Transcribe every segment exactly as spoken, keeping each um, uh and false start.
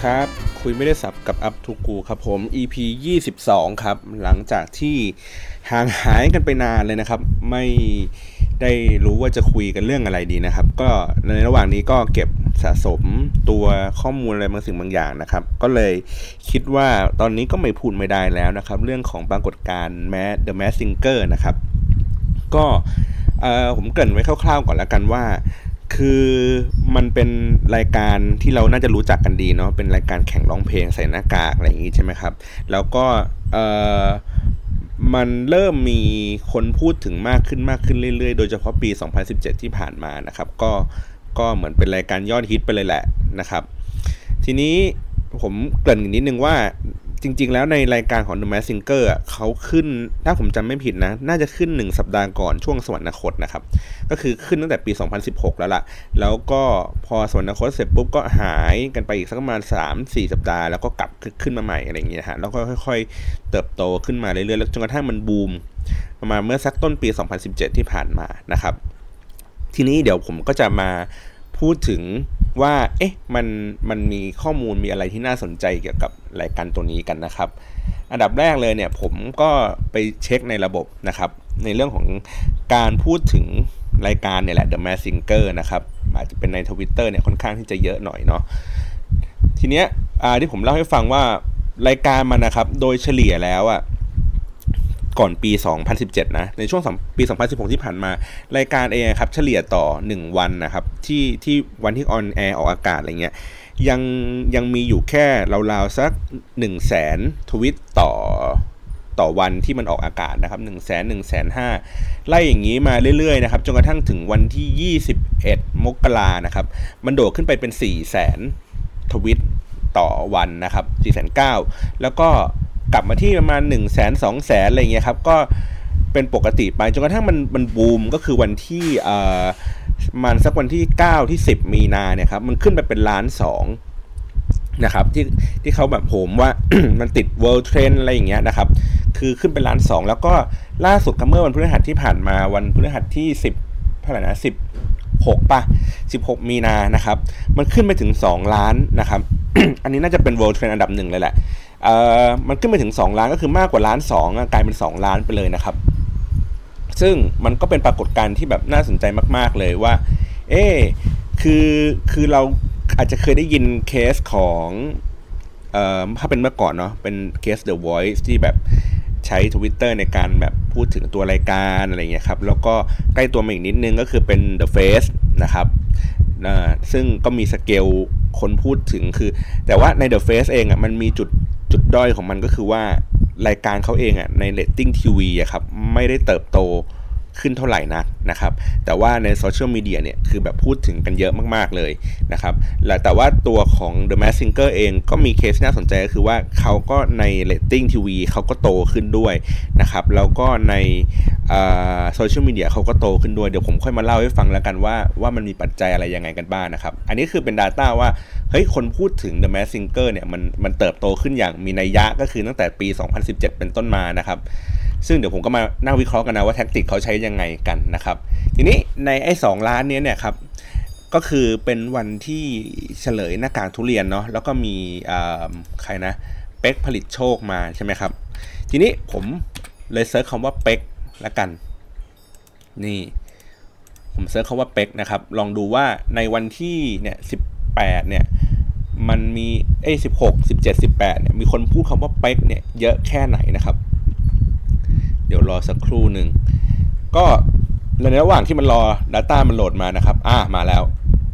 ครับคุยไม่ได้สับกับอัพทูกูครับผม อี พี ยี่สิบสองครับหลังจากที่ห่างหายกันไปนานเลยนะครับไม่ได้รู้ว่าจะคุยกันเรื่องอะไรดีนะครับก็ในระหว่างนี้ก็เก็บสะสมตัวข้อมูลอะไรบางสิ่งบางอย่างนะครับก็เลยคิดว่าตอนนี้ก็ไม่พูดไม่ได้แล้วนะครับเรื่องของปรากฏการณ์ The Masked Singer นะครับก็ผมเกริ่นไว้คร่าวๆก่อนแล้วกันว่าคือมันเป็นรายการที่เราน่าจะรู้จักกันดีเนาะเป็นรายการแข่งร้องเพลงใส่หน้ากากอะไรอย่างงี้ใช่ไหมครับแล้วก็เอ่อมันเริ่มมีคนพูดถึงมากขึ้นมากขึ้นเรื่อยๆโดยเฉพาะปีสองพันสิบเจ็ดที่ผ่านมานะครับก็ก็เหมือนเป็นรายการยอดฮิตไปเลยแหละนะครับทีนี้ผมเกริ่นอีกนิดนึงว่าจริงๆแล้วในรายการของ The Masked Singer อ่ะเขาขึ้นถ้าผมจำไม่ผิดนะน่าจะขึ้นหนึ่งสัปดาห์ก่อนช่วงสวรรคตนะครับก็คือขึ้นตั้งแต่ปีสองพันสิบหกแล้วล่ะแล้วก็พอสวรรคตเสร็จปุ๊บก็หายกันไปอีกสักประมาณ สามถึงสี่ สัปดาห์แล้วก็กลับขึ้นมาใหม่อะไรอย่างเงี้ยฮะแล้วก็ค่อยๆเติบโตขึ้นมาเรื่อยๆแล้วจนกระทั่งมันบูมประมาณเมื่อสักต้นปีสองพันสิบเจ็ดที่ผ่านมานะครับทีนี้เดี๋ยวผมก็จะมาพูดถึงว่าเอ๊ะมันมันมีข้อมูลมีอะไรที่น่าสนใจเกี่ยวกับรายการตัวนี้กันนะครับอันดับแรกเลยเนี่ยผมก็ไปเช็คในระบบนะครับในเรื่องของการพูดถึงรายการเนี่ยแหละ The Masked Singer นะครับอาจจะเป็นใน Twitter เนี่ยค่อนข้างที่จะเยอะหน่อยเนาะทีเนี้ยที่ผมเล่าให้ฟังว่ารายการมันนะครับโดยเฉลี่ยแล้วอ่ะก่อนปีสองพันสิบเจ็ดนะในช่วงปีสองพันสิบหกที่ผ่านมารายการเองครับเฉลี่ยต่อหนึ่งวันนะครับที่ที่วันที่ออนแอร์ออกอากาศอะไรเงี้ยยังยังมีอยู่แค่ราวๆสัก หนึ่งแสน ทวิตต่อต่อวันที่มันออกอากาศนะครับ หนึ่งแสน หนึ่งแสนห้าพัน ไล่อย่างนี้มาเรื่อยๆนะครับจนกระทั่งถึงวันที่ยี่สิบเอ็ดมกรานะครับมันโดดขึ้นไปเป็น สี่แสน ทวิตต่อวันนะครับ สี่แสนเก้าหมื่น แล้วก็กลับมาที่ประมาณ หนึ่งแสน สองแสน อะไรเงี้ยครับก็เป็นปกติไปจนกระทั่งมันมันบูมก็คือวันที่เอ่อมันสักวันที่เก้าที่สิบมีนาเนี่ยครับมันขึ้นไปเป็นล้านสองนะครับที่ที่เขาแบบโหมว่า มันติด World Trend อะไรอย่างเงี้ยนะครับคือขึ้นเป็นล้านสองแล้วก็ล่าสุดเมื่อวันพฤหัสที่ผ่านมาวันพฤหัสที่สิบเท่าไหร่นะสิบหกป่ะสิบหกมีนานะครับมันขึ้นไปถึงสองล้านนะครับ อันนี้น่าจะเป็น World Trend อันดับหนึ่งเลยแหละเอ่อมันขึ้นไปถึงสองล้านก็คือมากกว่าล้านสองกลายเป็นสองล้านไปเลยนะครับซึ่งมันก็เป็นปรากฏการณ์ที่แบบน่าสนใจมากๆเลยว่าเอ๊คือคือเราอาจจะเคยได้ยินเคสของเอ่อถ้าเป็นเมื่อก่อนเนาะเป็นเคส The Voice ที่แบบใช้ Twitter ในการแบบพูดถึงตัวรายการอะไรเงี้ยครับแล้วก็ใกล้ตัวมาอีกนิดนึงก็คือเป็น The Face นะครับนะซึ่งก็มีสเกลคนพูดถึงคือแต่ว่าใน The Face เองอ่ะมันมีจุดจุดด้อยของมันก็คือว่ารายการเขาเองอ่ะในเรตติ้งทีวีอ่ะครับไม่ได้เติบโตขึ้นเท่าไหร่นักนะครับแต่ว่าในโซเชียลมีเดียเนี่ยคือแบบพูดถึงกันเยอะมากๆเลยนะครับแต่ว่าตัวของ The Masked Singer เองก็มีเคสน่าสนใจก็คือว่าเขาก็ในเรตติ้งทีวีเขาก็โตขึ้นด้วยนะครับแล้วก็ในโซเชียลมีเดียเขาก็โตขึ้นด้วยเดี๋ยวผมค่อยมาเล่าให้ฟังแล้วกันว่าว่ามันมีปัจจัยอะไรยังไงกันบ้าง นะครับอันนี้คือเป็น data ว่าเฮ้ยคนพูดถึง The Masked Singer เนี่ยมันมันเติบโตขึ้นอย่างมีนัยยะก็คือตั้งแต่ปีสองพันสิบเจ็ดเป็นต้นมานะครับซึ่งเดี๋ยวผมก็มานั่งวิเคราะห์กันนะว่าแท็กติกเขาใช้ยังไงกันนะครับทีนี้ในไอ้สองล้านนี้เนี่ยครับก็คือเป็นวันที่เฉลยหน้ากากทุเรียนเนาะแล้วก็มีใครนะเป๊กผลิตโชคมาใช่ไหมครับทีนี้ผมเลยเซิร์ชคำว่าเป๊กแล้วกันนี่ผมเซิร์ชคำว่าเป๊กนะครับลองดูว่าในวันที่เนี่ยสิบแปดเนี่ยมันมีเอ้สิบหก สิบเจ็ด สิบแปดเนี่ยมีคนพูดคำว่าเป๊กเนี่ยเยอะแค่ไหนนะครับเดี๋ยวรอสักครู่หนึ่งก็ในระหว่างที่มันรอ data มันโหลดมานะครับอ่ามาแล้ว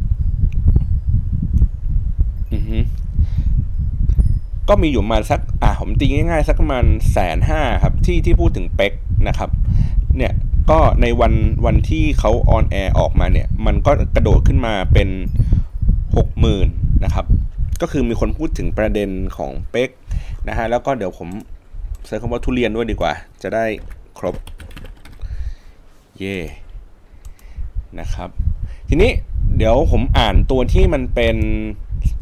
อือฮึก็มีอยู่มาสักอ่าผมตีง่ายๆสักประมาณแสนห้าครับที่ที่พูดถึงเป๊กนะครับเนี่ยก็ในวันวันที่เขาออนแอร์ออกมาเนี่ยมันก็กระโดดขึ้นมาเป็น หกหมื่น นะครับก็คือมีคนพูดถึงประเด็นของเป๊กนะฮะแล้วก็เดี๋ยวผมใช้คำว่าทุเรียนด้วยดีกว่าจะได้ครบเย่นะครับทีนี้เดี๋ยวผมอ่านตัวที่มันเป็น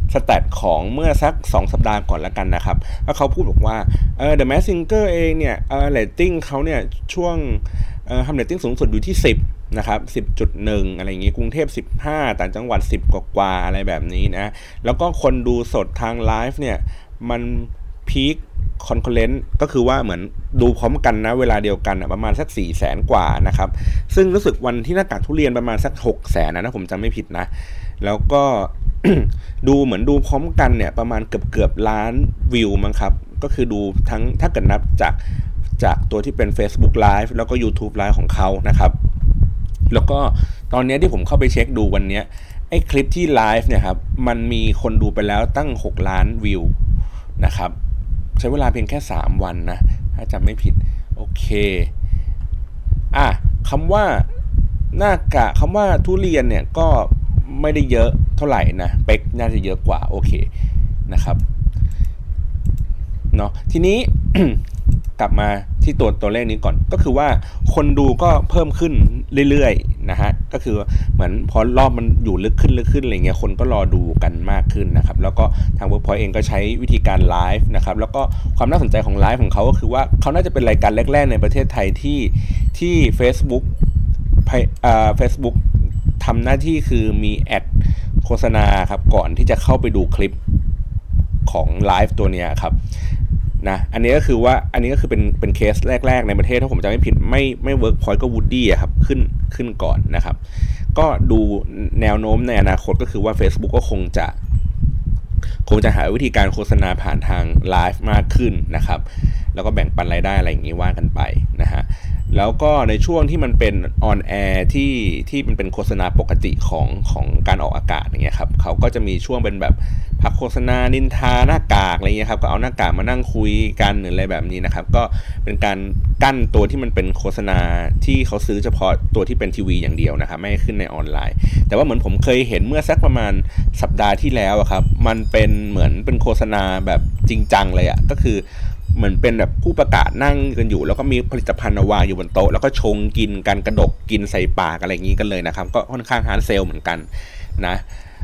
สแตทของเมื่อสักสองสัปดาห์ก่อนแล้วกันนะครับแล้วเขาพูดบอกว่าเออ The Masked Singer เองเนี่ยเออเรตติ้งเขาเนี่ยช่วงเอ่อทำเรตติ้งสูงสุดอยู่ที่สิบนะครับ สิบจุดหนึ่ง อะไรอย่างงี้กรุงเทพสิบห้าต่างจังหวัดสิบกว่าๆอะไรแบบนี้นะแล้วก็คนดูสดทางไลฟ์เนี่ยมันพีคคอนเคอเรนต์ก็คือว่าเหมือนดูพร้อมกันนะเวลาเดียวกันประมาณสักสี่แสนกว่านะครับซึ่งรู้สึกวันที่หน้ากากทุเรียนประมาณสักหกแสนนะนะผมจำไม่ผิดนะแล้วก็ ดูเหมือนดูพร้อมกันเนี่ยประมาณเกือบเกือบล้านวิวมั้งครับก็คือดูทั้งถ้าเกิดนับจากจากตัวที่เป็น Facebook Live แล้วก็ YouTube Live ของเขานะครับแล้วก็ตอนนี้ที่ผมเข้าไปเช็คดูวันนี้ไอ้คลิปที่ไลฟ์เนี่ยครับมันมีคนดูไปแล้วตั้งหกล้านวิวนะครับใช้เวลาเพียงแค่สามวันนะถ้าจำไม่ผิดโอเคอ่ะคำว่าหน้ากากคำว่าทุเรียนเนี่ยก็ไม่ได้เยอะเท่าไหร่นะเป็กน่าจะเยอะกว่าโอเคนะครับเนาะทีนี้ กลับมาที่ตัวตัวเลขนี้ก่อนก็คือว่าคนดูก็เพิ่มขึ้นเรื่อยๆนะฮะก็คือเหมือนพอรอบมันอยู่ลึกขึ้นลึกขึ้นอะไรเงี้ยคนก็รอดูกันมากขึ้นนะครับแล้วก็ทาง Workpoint เองก็ใช้วิธีการไลฟ์นะครับแล้วก็ความน่าสนใจของไลฟ์ของเขาก็คือว่าเขาน่าจะเป็นรายการแรกๆในประเทศไทยที่ที่ Facebook เอ่อ Facebook ทำหน้าที่คือมีแอดโฆษณาครับก่อนที่จะเข้าไปดูคลิปของไลฟ์ตัวนี้ครับนะอันนี้ก็คือว่าอันนี้ก็คือเป็นเป็นเคสแรกๆในประเทศถ้าผมจำไม่ผิดไม่ไม่ Workpoint ก็ Woody อะครับขึ้นขึ้นก่อนนะครับก็ดูแนวโน้มในอนาคตก็คือว่า Facebook ก็คงจะคงจะหาวิธีการโฆษณาผ่านทางไลฟ์มากขึ้นนะครับแล้วก็แบ่งปันรายได้อะไรอย่างนี้ว่ากันไปนะฮะแล้วก็ในช่วงที่มันเป็นออนแอร์ที่ที่มันเป็นโฆษณาปกติของของการออกอากาศอย่างเงี้ยครับเขาก็จะมีช่วงเป็นแบบพักโฆษณานินทาหน้ากากอะไรเงี้ยครับก็เอาหน้ากากมานั่งคุยกันหรืออะไรแบบนี้นะครับก็เป็นการกั้นตัวที่มันเป็นโฆษณาที่เขาซื้อเฉพาะตัวที่เป็นทีวีอย่างเดียวนะครับไม่ขึ้นในออนไลน์แต่ว่าเหมือนผมเคยเห็นเมื่อสักประมาณสัปดาห์ที่แล้วครับมันเป็นเหมือนเป็นโฆษณาแบบจริงจังเลยอ่ะก็คือเหมือนเป็นแบบผู้ประกาศนั่งกันอยู่แล้วก็มีผลิตภัณฑ์วางอยู่บนโต๊ะแล้วก็ชงกินกันกระดกกินใส่ปากอะไรอย่างนี้กันเลยนะครับก็ค่อนข้างฮาร์ดเซลเหมือนกันนะ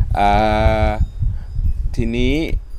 ทีนี้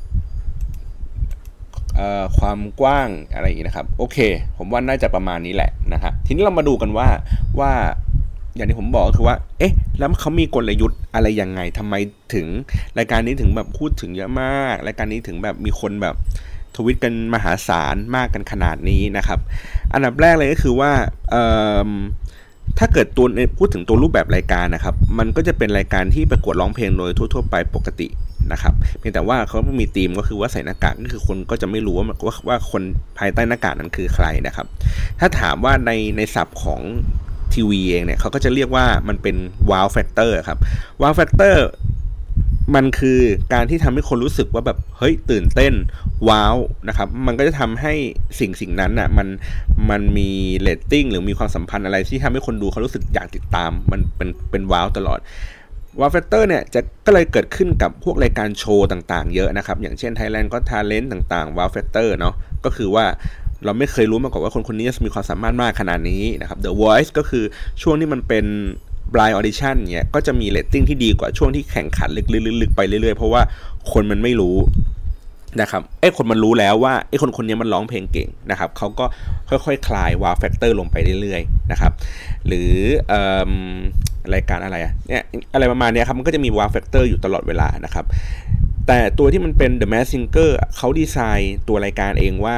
ความกว้างอะไรอย่างนี้นะครับโอเคผมว่าน่าจะประมาณนี้แหละนะฮะทีนี้เรามาดูกันว่าว่าอย่างที่ผมบอกก็คือว่าเอ๊ะแล้วเขามีกลยุทธ์อะไรยังไงทำไมถึงรายการนี้ถึงแบบพูดถึงเยอะมากรายการนี้ถึงแบบมีคนแบบทวิตกันมหาศาลมากกันขนาดนี้นะครับอันดับแรกเลยก็คือว่าถ้าเกิดตัวพูดถึงตัวรูปแบบรายการนะครับมันก็จะเป็นรายการที่ประกวดร้องเพลงโดยทั่วๆไปปกตินะครับเพียงแต่ว่าเขามีธีมก็คือว่าใส่หน้ากากก็คือคนก็จะไม่รู้ว่าว่าว่าคนภายใต้หน้ากากนั้นคือใครนะครับถ้าถามว่าในในศัพท์ของทีวีเองเนี่ยเขาก็จะเรียกว่ามันเป็น wow factor ครับ wow factor มันคือการที่ทำให้คนรู้สึกว่าแบบเฮ้ยตื่นเต้นว้าวนะครับมันก็จะทำให้สิ่งสิ่งนั้นอ่ะมันมันมีเรตติ้งหรือมีความสัมพันธ์อะไรที่ทำให้คนดูเขารู้สึกอยากติดตามมันเป็นเป็นว้าวตลอดว้าวแฟกเตอร์เนี่ยจะก็เลยเกิดขึ้นกับพวกรายการโชว์ต่างๆเยอะนะครับอย่างเช่น Thailand Got Talent ต่างๆ Wow Factor เนาะก็คือว่าเราไม่เคยรู้มาก่อนว่าคนคนนี้จะมีความสามารถมากขนาดนี้นะครับ The Voice ก็คือช่วงที่มันเป็น blind audition เนี่ยก็จะมีเรตติ้งที่ดีกว่าช่วงที่แข่งขันลึกๆๆไปเรื่อยๆเพราะว่าคนมันไม่รู้นะครับไอ้คนมันรู้แล้วว่าไอ้คนคนนี้มันร้องเพลงเก่งนะครับเขาก็ค่อยๆคลาย wow factor ลงไปเรื่อยๆนะครับหรือรายการอะไรอ่ะเนี่ยอะไรประมาณนี้ครับมันก็จะมี wow factor อยู่ตลอดเวลานะครับแต่ตัวที่มันเป็น The Masked Singer เขาดีไซน์ตัวรายการเองว่า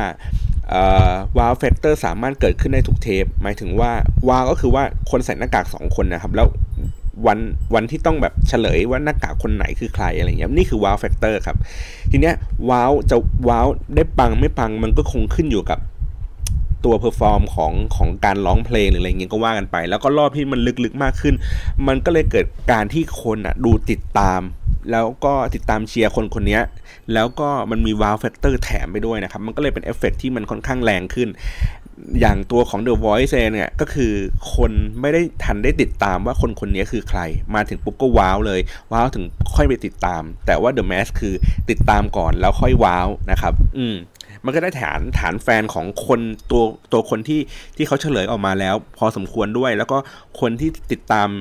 wow factor สามารถเกิดขึ้นได้ทุกเทปหมายถึงว่า wow ก็คือว่าคนใส่หน้ากากสองคนนะครับแล้ววันวันที่ต้องแบบเฉลยว่าหน้ากากคนไหนคือใครอะไรเงี้ยนี่คือ wow factor ครับทีเนี้ย wow จะว้าวได้ปังไม่ปังมันก็คงขึ้นอยู่กับตัวเพอร์ฟอร์มของของการร้องเพลงหรืออะไรเงี้ยก็ว่ากันไปแล้วก็รอบที่มันลึกๆมากขึ้นมันก็เลยเกิดการที่คนอ่ะดูติดตามแล้วก็ติดตามเชียร์คนคนนี้แล้วก็มันมี wow factor แถมไปด้วยนะครับมันก็เลยเป็นเอฟเฟกต์ที่มันค่อนข้างแรงขึ้นอย่างตัวของ The Voice เนี่ยก็คือคนไม่ได้ทันได้ติดตามว่าคนคนนี้คือใครมาถึงปุ๊บก็ว้าวเลยว้าวถึงค่อยไปติดตามแต่ว่า The Masked คือติดตามก่อนแล้วค่อยว้าวนะครับอืมมันก็ได้ฐานฐานแฟนของคนตัวตัวคนที่ที่เขาเฉลยออกมาแล้วพอสมควรด้วยแล้วก็คนที่ติดตาม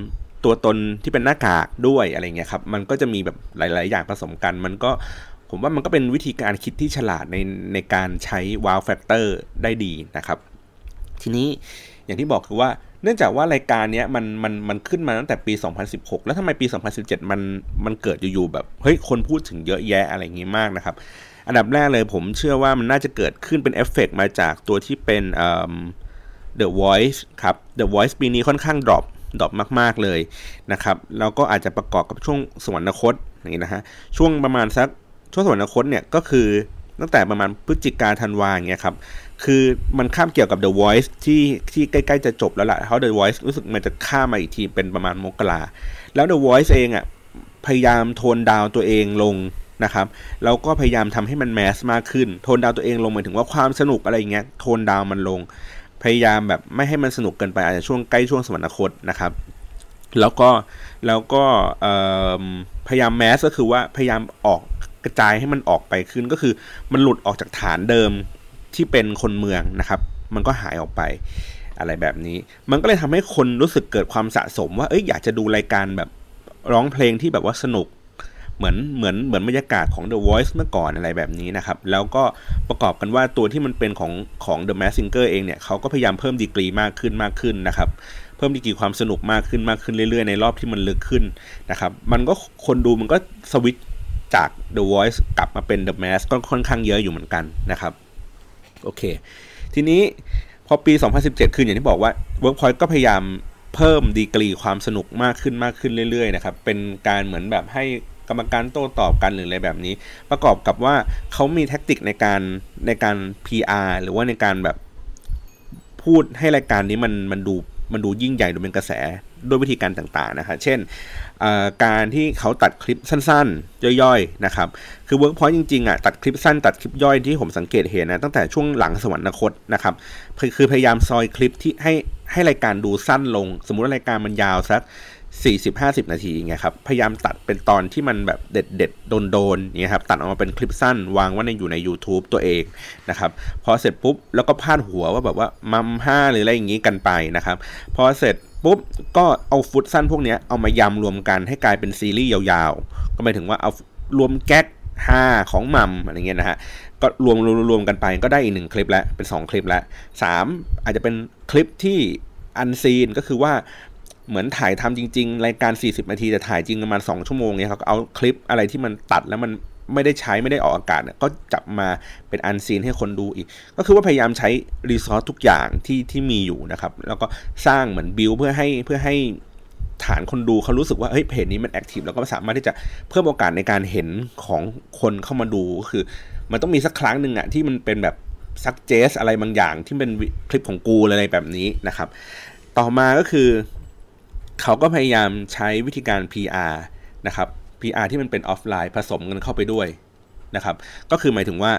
ตัวตนที่เป็นหน้ากากด้วยอะไรเงี้ยครับมันก็จะมีแบบหลายๆอย่างผสมกันมันก็ผมว่ามันก็เป็นวิธีการคิดที่ฉลาดในในการใช้ wow factor ได้ดีนะครับทีนี้อย่างที่บอกคือว่าเนื่องจากว่ารายการนี้มันมันมันขึ้นมาตั้งแต่ปีสองพันสิบหกแล้วทำไมปีสองพันสิบเจ็ดมันมันเกิดอยู่ๆแบบเฮ้ยคนพูดถึงเยอะแยะอะไรอย่างงี้มากนะครับอันดับแรกเลยผมเชื่อว่ามันน่าจะเกิดขึ้นเป็นเอฟเฟกต์มาจากตัวที่เป็นเอ่อ The Voice ครับ The Voice ปีนี้ค่อนข้างดรอปดรอปมากๆเลยนะครับแล้วก็อาจจะประกอบกับช่วงสวรรคตอย่างนี้นะฮะช่วงประมาณสักช่วงสวรรคตเนี่ยก็คือตั้งแต่ประมาณพฤศจิกาธันวาอย่างเงี้ยครับคือมันข้ามเกี่ยวกับ The Voice ที่ที่ใกล้ๆจะจบแล้วล่ะเพราะ The Voice รู้สึกมันจะข้ามมาอีกทีเป็นประมาณมกราแล้ว The Voice เองอ่ะพยายามโทนดาวตัวเองลงนะครับแล้วก็พยายามทำให้มันแมสมากขึ้นโทนดาวตัวเองลงหมายถึงว่าความสนุกอะไรอย่างเงี้ยโทนดาวมันลงพยายามแบบไม่ให้มันสนุกเกินไปอาจจะช่วงใกล้ช่วงสวรรคตนะครับแล้วก็แล้วก็พยายามแมสก็คือว่าพยายามออกกระจายให้มันออกไปขึ้นก็คือมันหลุดออกจากฐานเดิมที่เป็นคนเมืองนะครับมันก็หายออกไปอะไรแบบนี้มันก็เลยทำให้คนรู้สึกเกิดความสะสมว่าเอ้ยอยากจะดูรายการแบบร้องเพลงที่แบบว่าสนุกเหมือนเหมือนเหมือนบรรยากาศของ The Voice เมื่อก่อนอะไรแบบนี้นะครับแล้วก็ประกอบกันว่าตัวที่มันเป็นของของ The Masked Singer เองเนี่ยเขาก็พยายามเพิ่มดีกรีมากขึ้นมากขึ้นนะครับเพิ่มดีกรีความสนุกมากขึ้นมากขึ้นเรื่อยๆในรอบที่มันลึกขึ้นนะครับมันก็คนดูมันก็สวิตช์จาก The Voice กลับมาเป็น The Masked ก็ค่อนข้างเยอะอยู่เหมือนกันนะครับโอเคทีนี้พอปีสองพันสิบเจ็ดคืออย่างที่บอกว่า Workpoint ก็พยายามเพิ่มดีกรีความสนุกมากขึ้นมากขึ้นเรื่อยๆนะครับเป็นการเหมือนแบบให้กรรมการโต้ตอบกันหรืออะไรแบบนี้ประกอบกับว่าเขามีแท็กติกในการในการ พี อาร์ หรือว่าในการแบบพูดให้รายการนี้มันมันดูมันดูยิ่งใหญ่ดูเป็นกระแสด้วยวิธีการต่างๆนะครับเช่นการที่เขาตัดคลิปสั้นๆย่อยๆนะครับคือ Workpoint จริงๆอ่ะตัดคลิปสั้นตัดคลิปย่อยที่ผมสังเกตเห็นนะตั้งแต่ช่วงหลังสวรรคตนะครับคือพยายามซอยคลิปที่ให้ให้รายการดูสั้นลงสมมุติว่ารายการมันยาวสักสี่สิบ ห้าสิบนาทีอย่างเงี้ยครับพยายามตัดเป็นตอนที่มันแบบเด็ดๆโดนๆอย่างเงี้ยครับตัดออกมาเป็นคลิปสั้นวางไว้ในอยู่ใน YouTube ตัวเองนะครับพอเสร็จปุ๊บแล้วก็พาดหัวว่าแบบว่ามัมห้าหรืออะไรอย่างงี้กันไปนะครับพอเสร็จปุ๊บก็เอาฟุตสั้นพวกนี้เอามายำรวมกันให้กลายเป็นซีรีส์ยาวๆก็หมายถึงว่าเอารวมแก๊กห้าของมัมอะไรเงี้ยนะฮะก็รวมรวมกันไปก็ได้อีกหนึ่งคลิปแล้วเป็นสองคลิปแล้วสามอาจจะเป็นคลิปที่อันซีนก็คือว่าเหมือนถ่ายทำจริงๆรายการสี่สิบนาทีแต่ถ่ายจริงประมาณสองชั่วโมงเนี่ยเขาก็เอาคลิปอะไรที่มันตัดแล้วมันไม่ได้ใช้ไม่ได้ออกอากาศเนี่ยก็จับมาเป็นอันซีนให้คนดูอีกก็คือว่าพยายามใช้รีซอสทุกอย่างที่ที่มีอยู่นะครับแล้วก็สร้างเหมือนบิลเพื่อให้เพื่อให้ฐานคนดูเขารู้สึกว่าเฮ้ยเพจนี้มันแอคทีฟแล้วก็สามารถที่จะเพิ่มโอกาสในการเห็นของคนเข้ามาดูก็คือมันต้องมีสักครั้งหนึ่งอะที่มันเป็นแบบซักเจสอะไรบางอย่างที่เป็นคลิปของกูอะไรแบบนี้นะครับต่อมาก็คือเขาก็พยายามใช้วิธีการ พี อาร์ นะครับ พี อาร์ ที่มันเป็นออฟไลน์ผสมกันเข้าไปด้วยนะครับก็คือหมายถึงว่า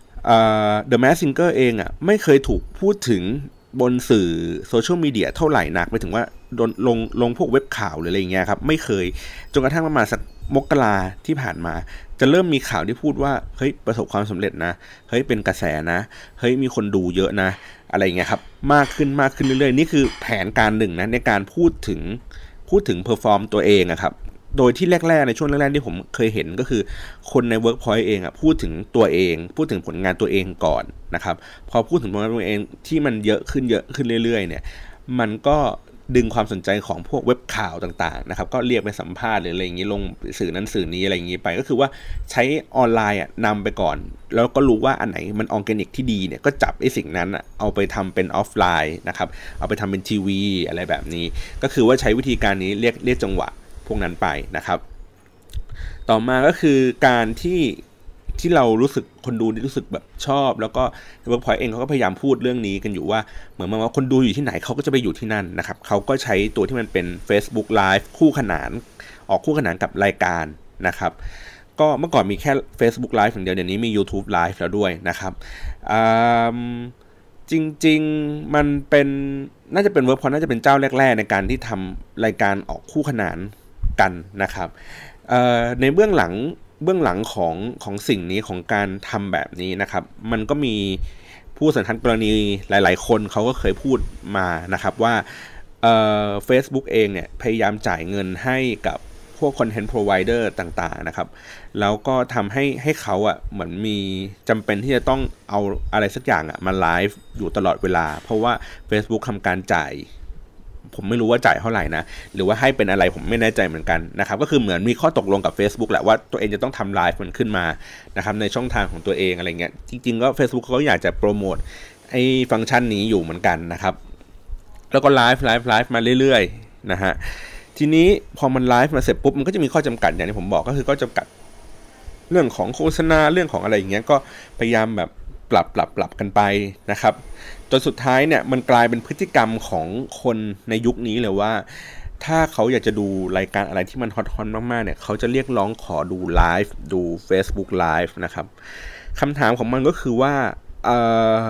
uh, The Masked Singer เองอ่ะไม่เคยถูกพูดถึงบนสื่อโซเชียลมีเดียเท่าไหร่นักหมายถึงว่าลงลงพวกเว็บข่าวหรืออะไรอย่างเงี้ยครับไม่เคยจนกระทั่งประมาณสักมกราที่ผ่านมาจะเริ่มมีข่าวที่พูดว่าเฮ้ยประสบความสำเร็จนะเฮ้ยเป็นกระแสนะเฮ้ยมีคนดูเยอะนะอะไรอย่างเงี้ยครับมากขึ้นมากขึ้นเรื่อยๆนี่คือแผนการหนึ่งนะในการพูดถึงพูดถึงเพอร์ฟอร์มตัวเองอะครับโดยที่แรกๆในช่วงแรกๆที่ผมเคยเห็นก็คือคนใน Workpoint เองอะพูดถึงตัวเองพูดถึงผลงานตัวเองก่อนนะครับพอพูดถึงผลงานตัวเองที่มันเยอะขึ้นเยอะขึ้นเรื่อยๆเนี่ยมันก็ดึงความสนใจของพวกเว็บข่าวต่างๆนะครับก็เรียกไปสัมภาษณ์หรืออะไรอย่างนี้ลงสื่อนั้นสื่อนี้อะไรอย่างนี้ไปก็คือว่าใช้ออนไลน์อ่ะนำไปก่อนแล้วก็รู้ว่าอันไหนมันออร์แกนิกที่ดีเนี่ยก็จับไอ้สิ่งนั้นอ่ะเอาไปทำเป็นออฟไลน์นะครับเอาไปทำเป็นทีวีอะไรแบบนี้ก็คือว่าใช้วิธีการนี้เรียกเรียกจังหวะพวกนั้นไปนะครับต่อมาก็คือการที่ที่เรารู้สึกคนดูรู้สึกแบบชอบแล้วก็ Workpoint เองเขาก็พยายามพูดเรื่องนี้กันอยู่ว่าเหมือนว่าคนดูอยู่ที่ไหนเขาก็จะไปอยู่ที่นั่นนะครับเขาก็ใช้ตัวที่มันเป็น Facebook Live คู่ขนานออกคู่ขนานกับรายการนะครับก็เมื่อก่อนมีแค่ Facebook Live อย่างเดียวเดี๋ยวนี้มี YouTube Live แล้วด้วยนะครับจริงๆมันเป็นน่าจะเป็น Workpoint น่าจะเป็นเจ้าแรกๆในการที่ทำรายการออกคู่ขนานกันนะครับในเบื้องหลังเบื้องหลังของของสิ่งนี้ของการทำแบบนี้นะครับมันก็มีผู้สันทัดกรณีหลายๆคนเขาก็เคยพูดมานะครับว่าเอ่อ Facebook เองเนี่ยพยายามจ่ายเงินให้กับพวก content provider ต่างๆนะครับแล้วก็ทำให้ให้เขาอ่ะเหมือนมีจำเป็นที่จะต้องเอาอะไรสักอย่างอ่ะมาไลฟ์อยู่ตลอดเวลาเพราะว่า Facebook ทำการจ่ายผมไม่รู้ว่าจ่ายเท่าไหร่นะหรือว่าให้เป็นอะไรผมไม่แน่ใจเหมือนกันนะครับก็คือเหมือนมีข้อตกลงกับ Facebook แหละว่าตัวเองจะต้องทำไลฟ์มันขึ้นมานะครับในช่องทางของตัวเองอะไรเงี้ยจริงๆก็ Facebook เขาก็อยากจะโปรโมทไอ้ฟังก์ชันนี้อยู่เหมือนกันนะครับแล้วก็ไลฟ์ไลฟ์ไลฟ์มาเรื่อยๆนะฮะทีนี้พอมันไลฟ์มาเสร็จปุ๊บมันก็จะมีข้อจำกัดอย่างที่ผมบอกก็คือก็จำกัดเรื่องของโฆษณาเรื่องของอะไรอย่างเงี้ยก็พยายามแบบปรับปรับปรับกันไปนะครับจนสุดท้ายเนี่ยมันกลายเป็นพฤติกรรมของคนในยุคนี้เลยว่าถ้าเขาอยากจะดูรายการอะไรที่มันฮอตฮอตมากๆเนี่ยเขาจะเรียกร้องขอดูไลฟ์ดู Facebook Live นะครับคำถามของมันก็คือว่าเอ่อ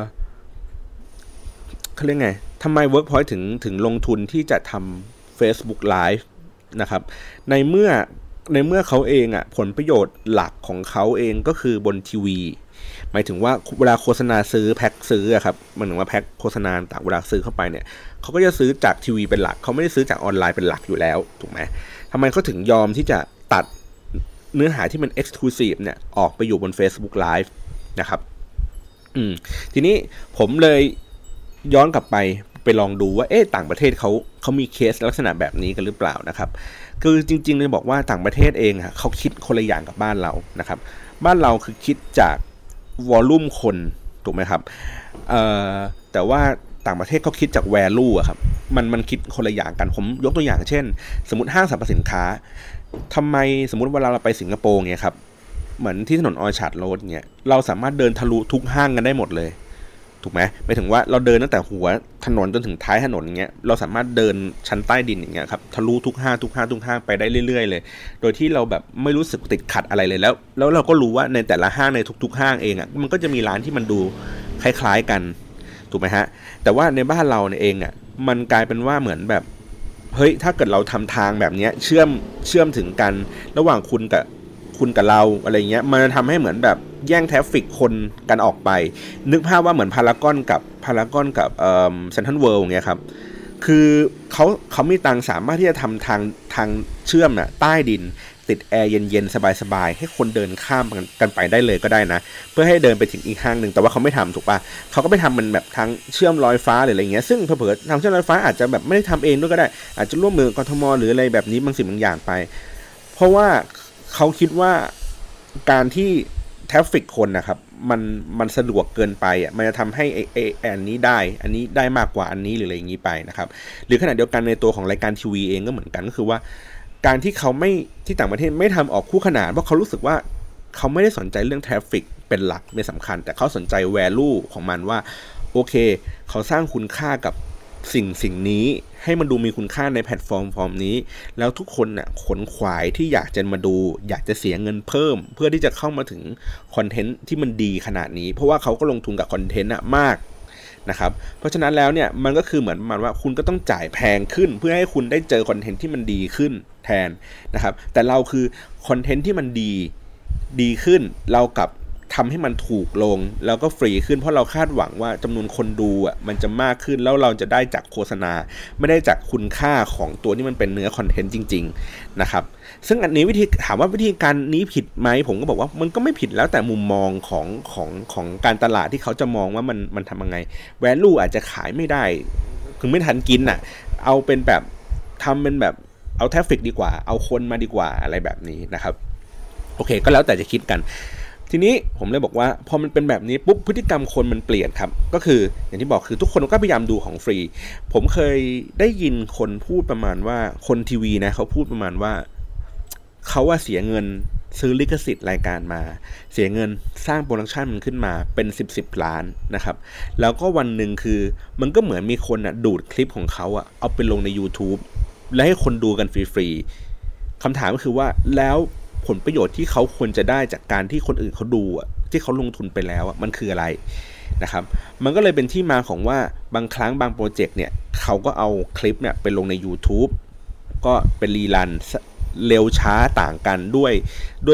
เขาเรียกไงทำไม Workpoint ถึงถึงลงทุนที่จะทำ Facebook Live นะครับในเมื่อในเมื่อเขาเองอ่ะผลประโยชน์หลักของเขาเองก็คือบนทีวีหมายถึงว่าเวลาโฆษณาซื้อแพ็คซื้ออะครับมันถึงว่าแพ็คโฆษณาต่างเวลาซื้อเข้าไปเนี่ยเขาก็จะซื้อจากทีวีเป็นหลักเขาไม่ได้ซื้อจากออนไลน์เป็นหลักอยู่แล้วถูกไหมทำไมเขาถึงยอมที่จะตัดเนื้อหาที่มัน Exclusive เนี่ยออกไปอยู่บน Facebook Live นะครับอืมทีนี้ผมเลยย้อนกลับไปไปลองดูว่าเอ๊ะต่างประเทศเขาเขามีเคสลักษณะแบบนี้กันหรือเปล่านะครับคือจริงๆเลยบอกว่าต่างประเทศเองอะเขาคิดคนละอย่างกับบ้านเรานะครับบ้านเราคือคิดจากวอลลุ่มคนถูกไหมครับเอ่อแต่ว่าต่างประเทศเขาคิดจาก value อะครับมันมันคิดคนละอย่างกันผมยกตัวอย่างเช่นสมมติห้างสรรพสินค้าทำไมสมมติเวลาเราไปสิงคโปร์เนี่ยครับเหมือนที่ถนนออร์ชาร์ดโรดเนี่ยเราสามารถเดินทะลุทุกห้างกันได้หมดเลยถูกไหมหมายถึงว่าเราเดินตั้งแต่หัวถนนจนถึงท้ายถนนอย่างเงี้ยเราสามารถเดินชั้นใต้ดินอย่างเงี้ยครับทะลุทุกห้างทุกห้างทุกห้างไปได้เรื่อยๆเลยโดยที่เราแบบไม่รู้สึกติดขัดอะไรเลยแล้วแล้วเราก็รู้ว่าในแต่ละห้างในทุกๆห้างเองอ่ะมันก็จะมีร้านที่มันดูคล้ายๆกันถูกไหมฮะแต่ว่าในบ้านเราเนี่ยเองอ่ะมันกลายเป็นว่าเหมือนแบบเฮ้ยถ้าเกิดเราทำทางแบบนี้เชื่อมเชื่อมถึงกันระหว่างคุณกับคุณกับเราอะไรเงี้ยมันทำให้เหมือนแบบแย่งทราฟฟิกคนกันออกไปนึกภาพว่าเหมือนพารากอนกับพารากอนกับเอ่อเซ็นทรัลเวิลด์อย่างเงี้ยครับคือเขาเขามีตังสามารถที่จะทำทางทางเชื่อมน่ะใต้ดินติดแอร์เย็นๆสบายๆให้คนเดินข้ามกันไปได้เลยก็ได้นะเพื่อให้เดินไปถึงอีกห้างหนึ่งแต่ว่าเขาไม่ทำถูกป่ะเขาก็ไม่ทำมันแบบทางเชื่อมลอยฟ้าหรืออะไรเงี้ยซึ่งเผลอๆทางเชื่อมลอยฟ้าอาจจะแบบไม่ได้ทำเองด้วยก็ได้อาจจะร่วมมือกทมหรืออะไรแบบนี้บางสิ่งบางอย่างไปเพราะว่าเขาคิดว่าการที่ทราฟฟิกคนนะครับมันมันสะดวกเกินไปอ่ะมันจะทำให้ไอ้ไอ้อันนี้ได้อันนี้ได้มากกว่าอันนี้หรืออะไรอย่างนี้ไปนะครับหรือขณะเดียวกันในตัวของรายการทีวีเองก็เหมือนกันก็คือว่าการที่เขาไม่ที่ต่างประเทศไม่ทำออกคู่ขนานเพราะเขารู้สึกว่าเขาไม่ได้สนใจเรื่องทราฟฟิกเป็นหลักไม่สำคัญแต่เขาสนใจ value ของมันว่าโอเคเขาสร้างคุณค่ากับสิ่งสิ่งนี้ให้มันดูมีคุณค่าในแพลตฟอร์มฟอร์มนี้แล้วทุกคนน่ะขนขวายที่อยากจะมาดูอยากจะเสียเงินเพิ่มเพื่อที่จะเข้ามาถึงคอนเทนต์ที่มันดีขนาดนี้เพราะว่าเขาก็ลงทุนกับคอนเทนต์น่ะมากนะครับเพราะฉะนั้นแล้วเนี่ยมันก็คือเหมือนมันว่าคุณก็ต้องจ่ายแพงขึ้นเพื่อให้คุณได้เจอคอนเทนต์ที่มันดีขึ้นแทนนะครับแต่เราคือคอนเทนต์ที่มันดีดีขึ้นเรากับทำให้มันถูกลงแล้วก็ฟรีขึ้นเพราะเราคาดหวังว่าจำนวนคนดูอ่ะมันจะมากขึ้นแล้วเราจะได้จากโฆษณาไม่ได้จากคุณค่าของตัวที่มันเป็นเนื้อคอนเทนต์จริงๆนะครับซึ่งอันนี้วิธีถามว่าวิธีการนี้ผิดไหมผมก็บอกว่ามันก็ไม่ผิดแล้วแต่มุมมองของของของการตลาดที่เขาจะมองว่ามันมันทำยังไง value อาจจะขายไม่ได้คือไม่ทันกินอ่ะเอาเป็นแบบทำเป็นแบบเอาทราฟฟิกดีกว่าเอาคนมาดีกว่าอะไรแบบนี้นะครับโอเคก็แล้วแต่จะคิดกันทีนี้ผมเลยบอกว่าพอมันเป็นแบบนี้ปุ๊บพฤติกรรมคนมันเปลี่ยนครับก็คืออย่างที่บอกคือทุกคนก็พยายามดูของฟรีผมเคยได้ยินคนพูดประมาณว่าคนทีวีนะเขาพูดประมาณว่าเขาว่าเสียเงินซื้อลิขสิทธิ์รายการมาเสียเงินสร้างโปรดักชันมันขึ้นมาเป็นสิบสิบล้านนะครับแล้วก็วันหนึ่งคือมันก็เหมือนมีคนอ่ะดูดคลิปของเขาอ่ะเอาไปลงใน YouTube แล้วให้คนดูกันฟรีๆคำถามก็คือว่าแล้วผลประโยชน์ที่เขาควรจะได้จากการที่คนอื่นเขาดูอ่ะที่เขาลงทุนไปแล้วอ่ะมันคืออะไรนะครับมันก็เลยเป็นที่มาของว่าบางครั้งบางโปรเจกต์เนี่ยเขาก็เอาคลิปเนี่ยไปลงใน YouTube ก็เป็นรีรันเร็วช้าต่างกันด้วยด้วย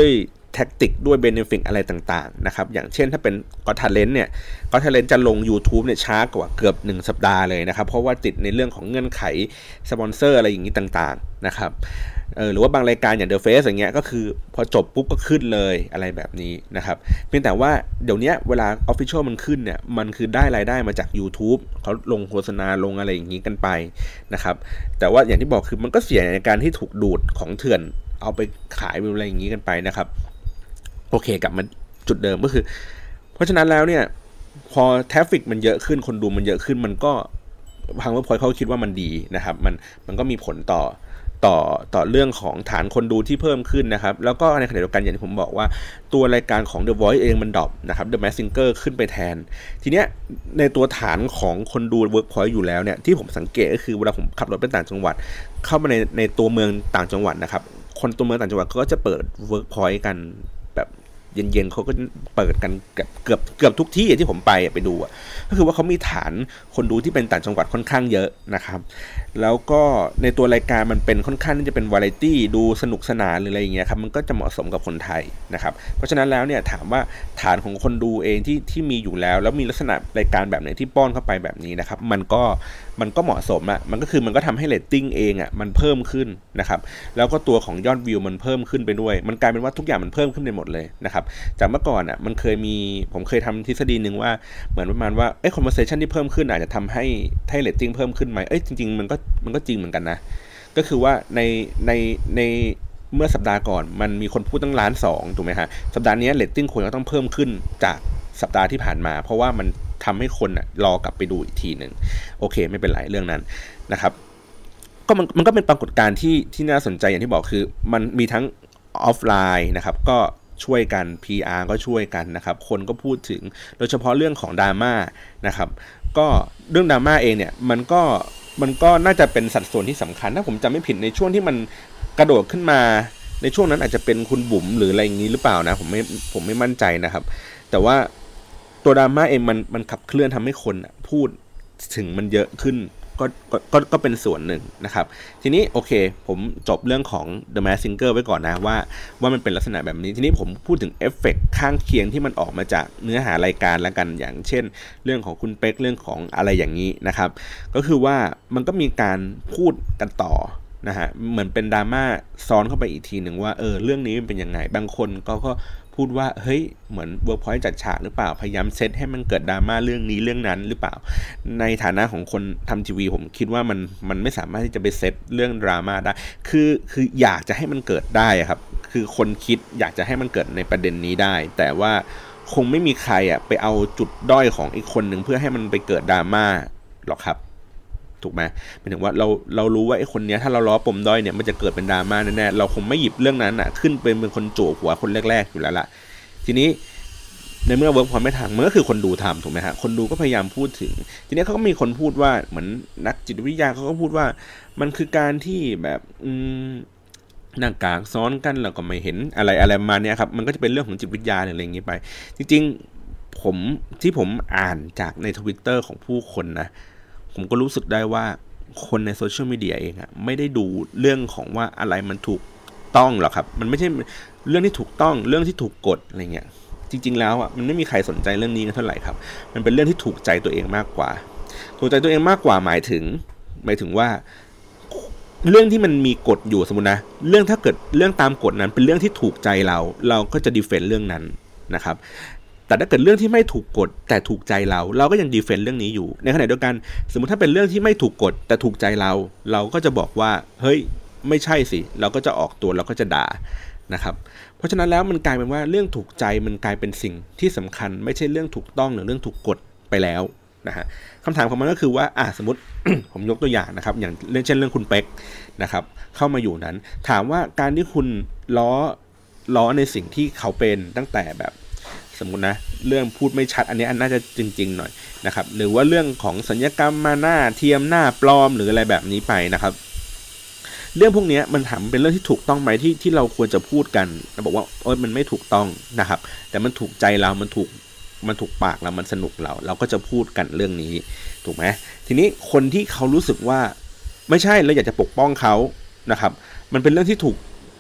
แท็กติกด้วยเบเนฟิตอะไรต่างๆนะครับอย่างเช่นถ้าเป็น Got Talent เนี่ย Got Talent จะลง YouTube เนี่ยช้ากว่าเกือบหนึ่งสัปดาห์เลยนะครับเพราะว่าติดในเรื่องของเงื่อนไขสปอนเซอร์อะไรอย่างนี้ต่างๆนะครับเออหรือว่าบางรายการอย่าง The Face อย่างเงี้ยก็คือพอจบปุ๊บก็ขึ้นเลยอะไรแบบนี้นะครับเพียงแต่ว่าเดี๋ยวนี้เวลา Official มันขึ้นเนี่ยมันคือได้รายได้มาจาก YouTube เขาลงโฆษณาลงอะไรอย่างนี้กันไปนะครับแต่ว่าอย่างที่บอกคือมันก็เสี่ยงในการที่ถูกดูดของเถื่อนเอาไปขายอะไรอย่างนี้กันไปนะครับโอเคกลับมาจุดเดิมก็คือเพราะฉะนั้นแล้วเนี่ยพอทราฟฟิกมันเยอะขึ้นคนดูมันเยอะขึ้นมันก็ทางเว็บพอยต์เขาคิดว่ามันดีนะครับมันมันก็มีผลต่อต่อต่อเรื่องของฐานคนดูที่เพิ่มขึ้นนะครับแล้วก็ในขณะเดียวกันอย่างที่ผมบอกว่าตัวรายการของ The Voice เองมันดรอปนะครับ The Masked Singer ขึ้นไปแทนทีเนี้ยในตัวฐานของคนดู Workpoint อยู่แล้วเนี่ยที่ผมสังเกตก็คือเวลาผมขับรถไปต่างจังหวัดเข้ามาในในตัวเมืองต่างจังหวัดนะครับคนตัวเมืองต่างจังหวัดก็จะเปิด Workpoint กันแบบเย็นๆเขาก็เปิดกันเกือบเกือบเกือบทุกที่ที่ผมไปไปดูก็คือว่าเขามีฐานคนดูที่เป็นต่างจังหวัดค่อนข้างเยอะนะครับแล้วก็ในตัวรายการมันเป็นค่อนข้างที่จะเป็นวาไรตี้ดูสนุกสนานหรืออะไรอย่างเงี้ยครับมันก็จะเหมาะสมกับคนไทยนะครับเพราะฉะนั้นแล้วเนี่ยถามว่าฐานของคนดูเองที่ที่มีอยู่แล้วแล้วมีลักษณะรายการแบบไหนที่ป้อนเข้าไปแบบนี้นะครับมันก็มันก็เหมาะสมอ่ะมันก็คือมันก็ทำให้เรตติ้งเองอ่ะมันเพิ่มขึ้นนะครับแล้วก็ตัวของยอดวิวมันเพิ่มขึ้นไปด้วยมันกลายเป็นว่าทุกอย่างมันเพิ่มขึ้นไปหมดเลยนะครับจากเมื่อก่อนอ่ะมันเคยมีผมเคยทำทฤษฎีนึงว่าเหมือนประมาณว่าเอ้ conversation ที่เพิ่มขึ้นอาจจะทำให้ให้เรตติ้งเพิ่มขึ้นไหมเอ้ยจริงๆมันก็มันก็จริงเหมือนกันนะก็คือว่าในในในเมื่อสัปดาห์ก่อนมันมีคนพูดตั้งล้านสองถูกไหมฮะสัปดาห์นี้เรตติ้งคนก็ต้องเพิ่มขึ้นจากสัปดาห์ที่ผ่านมาเพราะว่ามันทำให้คนอ่ะรอกลับไปดูอีกทีหนึ่งโอเคไม่เป็นไรเรื่องนั้นนะครับก็มันมันก็เป็นปรากฏการณ์ที่ที่น่าสนใจอย่างที่บอกคือมันมีทั้งออฟไลน์นะครับก็ช่วยกัน พี อาร์ ก็ช่วยกันนะครับคนก็พูดถึงโดยเฉพาะเรื่องของดราม่านะครับก็เรื่องดราม่าเองเนี่ยมันก็มันก็น่าจะเป็นสัดส่วนที่สำคัญถ้าผมจำไม่ผิดในช่วงที่มันกระโดดขึ้นมาในช่วงนั้นอาจจะเป็นคุณบุ๋มหรืออะไรอย่างนี้หรือเปล่านะผมไม่ผมไม่มั่นใจนะครับแต่ว่าตัวดราม่าเองมันมันขับเคลื่อนทำให้คนพูดถึงมันเยอะขึ้นก็ก็ก็เป็นส่วนหนึ่งนะครับทีนี้โอเคผมจบเรื่องของ The Masked Singer ไว้ก่อนนะว่าว่ามันเป็นลักษณะแบบนี้ทีนี้ผมพูดถึงเอฟเฟกต์ข้างเคียงที่มันออกมาจากเนื้อหารายการแล้วกันอย่างเช่นเรื่องของคุณเป๊กเรื่องของอะไรอย่างนี้นะครับก็คือว่ามันก็มีการพูดกันต่อนะฮะเหมือนเป็นดราม่าซ้อนเข้าไปอีกทีหนึ่งว่าเออเรื่องนี้มันเป็นยังไงบางคนก็ก็พูดว่าเฮ้ยเหมือน Workpoint จัดฉากหรือเปล่าพยายามเซตให้มันเกิดดราม่าเรื่องนี้เรื่องนั้นหรือเปล่าในฐานะของคนทำทีวีผมคิดว่ามันมันไม่สามารถที่จะไปเซตเรื่องดราม่าได้คือคืออยากจะให้มันเกิดได้ครับคือคนคิดอยากจะให้มันเกิดในประเด็นนี้ได้แต่ว่าคงไม่มีใครอ่ะไปเอาจุดด้อยของอีกคนหนึ่งเพื่อให้มันไปเกิดดราม่าหรอกครับถูกไหมหมายถึงว่าเราเรารู้ว่าไอ้คนนี้ถ้าเราล้อปมด้อยเนี่ยมันจะเกิดเป็นดราม่าแน่ๆเราคงไม่หยิบเรื่องนั้นอ่ะขึ้นเป็นเป็นคนโจหัวคนแรกๆอยู่แล้วล่ะทีนี้ในเมื่อเวิร์กพอยต์ไม่ทางมันก็คือคนดูทำถูกไหมฮะคนดูก็พยายามพูดถึงทีนี้เขาก็มีคนพูดว่าเหมือนนักจิตวิทยาเขาก็พูดว่ามันคือการที่แบบอืมหน้ากากซ้อนกันแล้วก็ไม่เห็นอะไรอะไรมาเนี่ยครับมันก็จะเป็นเรื่องของจิตวิทยาหรืออะไรอย่างนี้ไปจริงๆผมที่ผมอ่านจากใน Twitter ของผู้คนนะผมก็รู้สึกได้ว่าคนในโซเชียลมีเดียเองอะไม่ได้ดูเรื่องของว่าอะไรมันถูกต้องหรอกครับมันไม่ใช่เรื่องที่ถูกต้องเรื่องที่ถูกกฎอะไรเงี้ยจริงๆแล้วอ่ะมันไม่มีใครสนใจเรื่องนี้กันเท่าไหร่ครับมันเป็นเรื่องที่ถูกใจตัวเองมากกว่าถูกใจตัวเองมากกว่าหมายถึงหมายถึงว่าเรื่องที่มันมีกฎอยู่สมมุตินะเรื่องถ้าเกิดเรื่องตามกฎนั้นเป็นเรื่องที่ถูกใจเราเราก็จะดีเฟนต์เรื่องนั้นนะครับแต่ถ้าเกิดเรื่องที่ไม่ถูกกฎแต่ถูกใจเราเราก็ยังดีเฟนต์เรื่องนี้อยู่ในขณะเดียวกันสมมุติถ้าเป็นเรื่องที่ไม่ถูกกฎแต่ถูกใจเราเราก็จะบอกว่าเฮ้ยไม่ใช่สิเราก็จะออกตัวเราก็จะด่านะครับเพราะฉะนั้นแล้วมันกลายเป็นว่าเรื่องถูกใจมันกลายเป็นสิ่งที่สำคัญไม่ใช่เรื่องถูกต้องหรือเรื่องถูกกฎไปแล้วนะฮะคำถามของมันก็คือว่าอ่ะสมมติ ผมยกตัวอย่างนะครับอย่างเรื่องเช่นเรื่องคุณเป๊กนะครับเข้ามาอยู่นั้นถามว่าการที่คุณล้อล้อในสิ่งที่เขาเป็นตั้งแต่แบบสมมุตินะเรื่องพูดไม่ชัดอันนี้อันน่าจะจริงๆหน่อยนะครับหรือว่าเรื่องของสัญญกรรมมาหน้าเทียมหน้าปลอมหรืออะไรแบบนี้ไปนะครับเรื่องพวกนี้มันถามเป็นเรื่องที่ถูกต้องไหมที่ที่เราควรจะพูดกันเราบอกว่าเออมันไม่ถูกต้องนะครับแต่มันถูกใจเรามันถูกมันถูกปากเรามันสนุกเราเราก็จะพูดกันเรื่องนี้ถูกไหมทีนี้คนที่เขารู้สึกว่าไม่ใช่เราอยากจะปกป้องเขานะครับมันเป็นเรื่องที่ถูก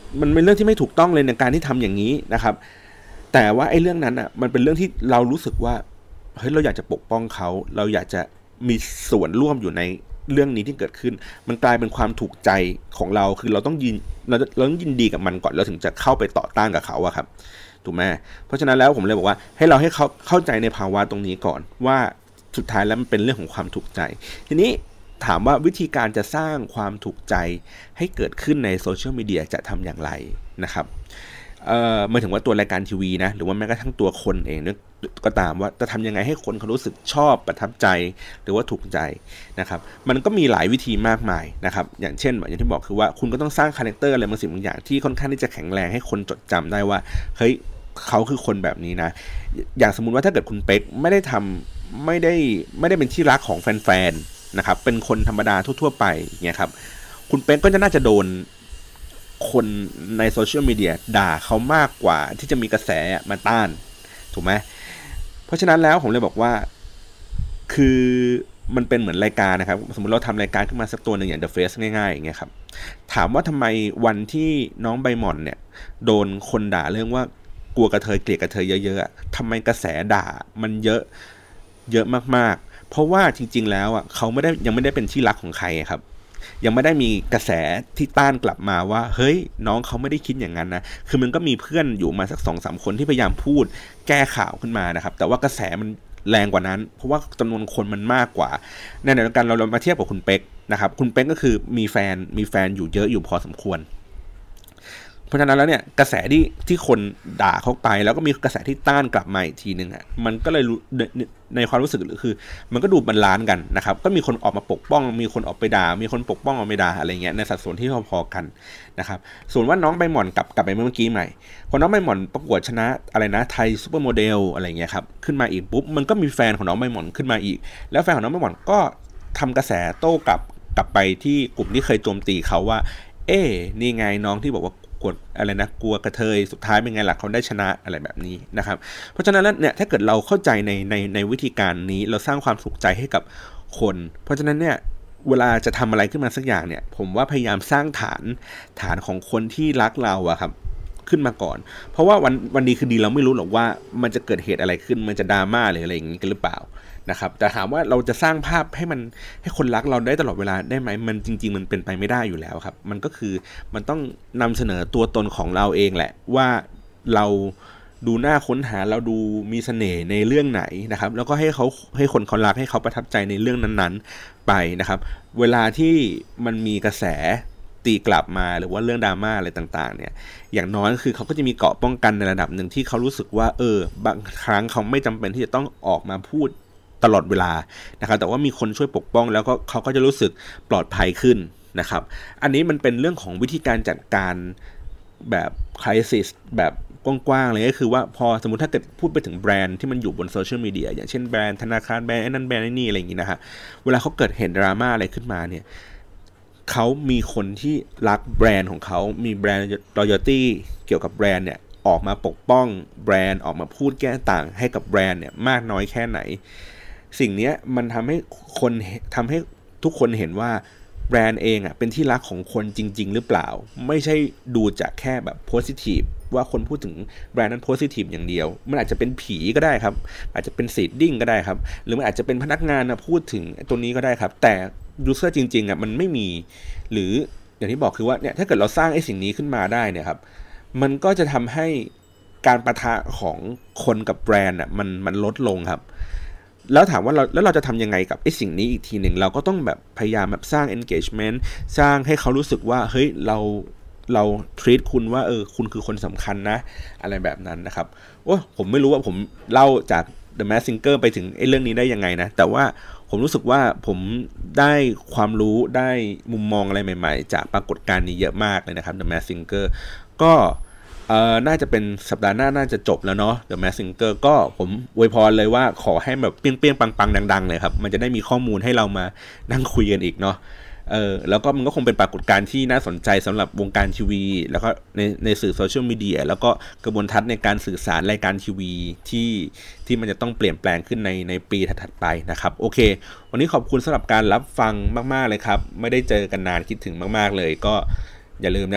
มันเป็นเรื่องที่ไม่ถูกต้องเลยในการที่ทำอย่างนี้นะครับแต่ว่าไอ้เรื่องนั้นอ่ะมันเป็นเรื่องที่เรารู้สึกว่าเฮ้ยเราอยากจะปกป้องเขาเราอยากจะมีส่วนร่วมอยู่ในเรื่องนี้ที่เกิดขึ้นมันกลายเป็นความถูกใจของเราคือเราต้องยินเราเราต้องยินดีกับมันก่อนเราถึงจะเข้าไปต่อต้านกับเขาอะครับถูกไหมเพราะฉะนั้นแล้วผมเลยบอกว่าให้เราให้เขาเข้าใจในภาวะตรงนี้ก่อนว่าสุดท้ายแล้วมันเป็นเรื่องของความถูกใจทีนี้ถามว่าวิธีการจะสร้างความถูกใจให้เกิดขึ้นในโซเชียลมีเดียจะทำอย่างไรนะครับเอ่อหมายถึงว่าตัวรายการทีวีนะหรือว่าแม้กระทั่งตัวคนเองก็ตามว่าจะทำยังไงให้คนเขารู้สึกชอบประทับใจหรือว่าถูกใจนะครับมันก็มีหลายวิธีมากมายนะครับอย่างเช่นอย่างที่บอกคือว่าคุณก็ต้องสร้างคาแรคเตอร์อะไรบางสิ่งบางอย่างที่ค่อนข้างที่จะแข็งแรงให้คนจดจำได้ว่าเฮ้ยเขาคือคนแบบนี้นะอย่างสมมุติว่าถ้าเกิดคุณเป๊กไม่ได้ทำไม่ได้ไม่ได้เป็นที่รักของแฟนๆนะครับเป็นคนธรรมดาทั่วๆไปเนี่ยครับคุณเป๊กก็จะน่าจะโดนคนในโซเชียลมีเดียด่าเขามากกว่าที่จะมีกระแสมาต้านถูกไหมเพราะฉะนั้นแล้วผมเลยบอกว่าคือมันเป็นเหมือนรายการนะครับสมมติเราทำรายการขึ้นมาสักตัวหนึ่งอย่าง The Face ง่ายๆอย่างเงี้ยครับถามว่าทำไมวันที่น้องใบหม่อนเนี่ยโดนคนด่าเรื่องว่ากลัวกระเทยเกลียดกระเทยเยอะๆทำไมกระแสด่ามันเยอะเยอะมากๆเพราะว่าจริงๆแล้วอ่ะเขาไม่ได้ยังไม่ได้เป็นที่รักของใครครับยังไม่ได้มีกระแสที่ต้านกลับมาว่าเฮ้ยน้องเขาไม่ได้คิดอย่างนั้นนะคือมันก็มีเพื่อนอยู่มาสัก สองสาม คนที่พยายามพูดแก้ข่าวขึ้นมานะครับแต่ว่ากระแสมันแรงกว่านั้นเพราะว่าจำนวนคนมันมากกว่าในขณะเดียวกันเราเรามาเทียบกับคุณเป๊กนะครับคุณเป๊กก็คือมีแฟนมีแฟนอยู่เยอะอยู่พอสมควรเพราะฉะนั้นแล้วเนี่ยกระแสที่ที่คนด่าเขาไปแล้วก็มีกระแสที่ต้านกลับมาอีกทีนึงอ่ะมันก็เลยในความรู้สึกคือมันก็ดูบาลานซ์กันนะครับก็มีคนออกมาปกป้องมีคนออกไปด่ามีคนปกป้องออกไปด่าอะไรเงี้ยในสัดส่วนที่พอๆกันนะครับส่วนว่าน้องใบหม่อนกลับกลับไปเมื่อกี้ใหม่พอน้องใบหม่อนประกวดชนะอะไรนะไทยซูเปอร์โมเดลอะไรเงี้ยครับขึ้นมาอีกปุ๊บมันก็มีแฟนของน้องใบหม่อนขึ้นมาอีกแล้วแฟนของน้องใบหม่อนก็ทำกระแสโต้กลับกลับไปที่กลุ่มที่เคยโจมตีเขาว่าเอ๊นี่ไงน้องที่บอกว่ากดอะไรนะกลัวกระเทยสุดท้ายเป็นไงล่ะเขาได้ชนะอะไรแบบนี้นะครับเพราะฉะนั้นแล้วเนี่ยถ้าเกิดเราเข้าใจในในในวิธีการนี้เราสร้างความสุขใจให้กับคนเพราะฉะนั้นเนี่ยเวลาจะทำอะไรขึ้นมาสักอย่างเนี่ยผมว่าพยายามสร้างฐานฐานของคนที่รักเราอะครับขึ้นมาก่อนเพราะว่าวันวันดีคือดีเราไม่รู้หรอกว่ามันจะเกิดเหตุอะไรขึ้นมันจะดราม่าหรืออะไรอย่างนี้กันหรือเปล่านะครับแต่ถามว่าเราจะสร้างภาพให้มันให้คนรักเราได้ตลอดเวลาได้ไหมมันจริงๆมันเป็นไปไม่ได้อยู่แล้วครับมันก็คือมันต้องนำเสนอตัวตนของเราเองแหละว่าเราดูน่าค้นหาเราดูมีเสน่ห์ในเรื่องไหนนะครับแล้วก็ให้เขาให้คนเขารักให้เขาประทับใจในเรื่องนั้นๆไปนะครับเวลาที่มันมีกระแสตีกลับมาหรือว่าเรื่องดราม่าอะไรต่างๆเนี่ยอย่างน้อยก็คือเขาก็จะมีเกราะป้องกันในระดับหนึ่งที่เขารู้สึกว่าเออบางครั้งเขาไม่จำเป็นที่จะต้องออกมาพูดตลอดเวลานะครับแต่ว่ามีคนช่วยปกป้องแล้วก็เขาก็จะรู้สึกปลอดภัยขึ้นนะครับอันนี้มันเป็นเรื่องของวิธีการจัดการแบบไครซิสแบบกว้างๆเลยก็คือว่าพอสมมุติถ้าเกิดพูดไปถึงแบรนด์ที่มันอยู่บนโซเชียลมีเดียอย่างเช่นแบรนด์ธนาคารแบรนด์ไอ้นั่นแบรนด์ไอ้นี่อะไรอย่างงี้นะฮะเวลาเขาเกิดเหตุดราม่าอะไรขึ้นมาเนี่ยเขามีคนที่รักแบรนด์ของเขามีแบรนด์ loyalty เกี่ยวกับแบรนด์เนี่ยออกมาปกป้องแบรนด์ออกมาพูดแก้ต่างให้กับแบรนด์เนี่ยมากน้อยแค่ไหนสิ่งนี้มันทำให้คนทำให้ทุกคนเห็นว่าแบรนด์เองอ่ะเป็นที่รักของคนจริงๆหรือเปล่าไม่ใช่ดูจากแค่แบบโพสิทีฟว่าคนพูดถึงแบรนด์นั้นโพสิทีฟอย่างเดียวมันอาจจะเป็นผีก็ได้ครับอาจจะเป็นซีดดิ้งก็ได้ครับหรือมันอาจจะเป็นพนักงานนะพูดถึงตัวนี้ก็ได้ครับแต่ยูเซอร์จริงๆอ่ะมันไม่มีหรืออย่างที่บอกคือว่าเนี่ยถ้าเกิดเราสร้างไอ้สิ่งนี้ขึ้นมาได้เนี่ยครับมันก็จะทำให้การปะทะของคนกับแบรนด์อ่ะมันมันลดลงครับแล้วถามว่าเราแล้วเราจะทำยังไงกับไอ้สิ่งนี้อีกทีหนึ่งเราก็ต้องแบบพยายามแบบสร้าง engagement สร้างให้เขารู้สึกว่าเฮ้ยเราเรา treat คุณว่าเออคุณคือคนสำคัญนะอะไรแบบนั้นนะครับโอ้ผมไม่รู้ว่าผมเล่าจาก The Masked Singer ไปถึงไอ้เรื่องนี้ได้ยังไงนะแต่ว่าผมรู้สึกว่าผมได้ความรู้ได้มุมมองอะไรใหม่ๆจากปรากฏการณ์นี้เยอะมากเลยนะครับ The Masked Singer ก็เอ่อน่าจะเป็นสัปดาห์หน้าน่าจะจบแล้วเนาะ The Masked Singer ก็ผมอวยพรเลยว่าขอให้แบบเปี้ยงๆปังๆดังๆเลยครับมันจะได้มีข้อมูลให้เรามานั่งคุยกันอีกเนาะเออแล้วก็มันก็คงเป็นปรากฏการณ์ที่น่าสนใจสำหรับวงการทีวีแล้วก็ในในสื่อโซเชียลมีเดียแล้วก็กระบวนทัศน์ในการสื่อสารรายการทีวีที่ที่มันจะต้องเปลี่ยนแปลงขึ้นในในปีถัดๆไปนะครับโอเควันนี้ขอบคุณสำหรับการรับฟังมากๆเลยครับไม่ได้เจอกันนานคิดถึงมากๆเลยก็อย่าลืมนะครับ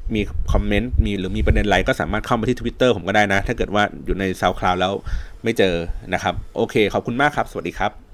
มีคอมเมนต์มีหรือมีประเด็นอะไรก็สามารถเข้ามาที่ Twitter ผมก็ได้นะถ้าเกิดว่าอยู่ใน SoundCloud แล้วไม่เจอนะครับโอเคขอบคุณมากครับสวัสดีครับ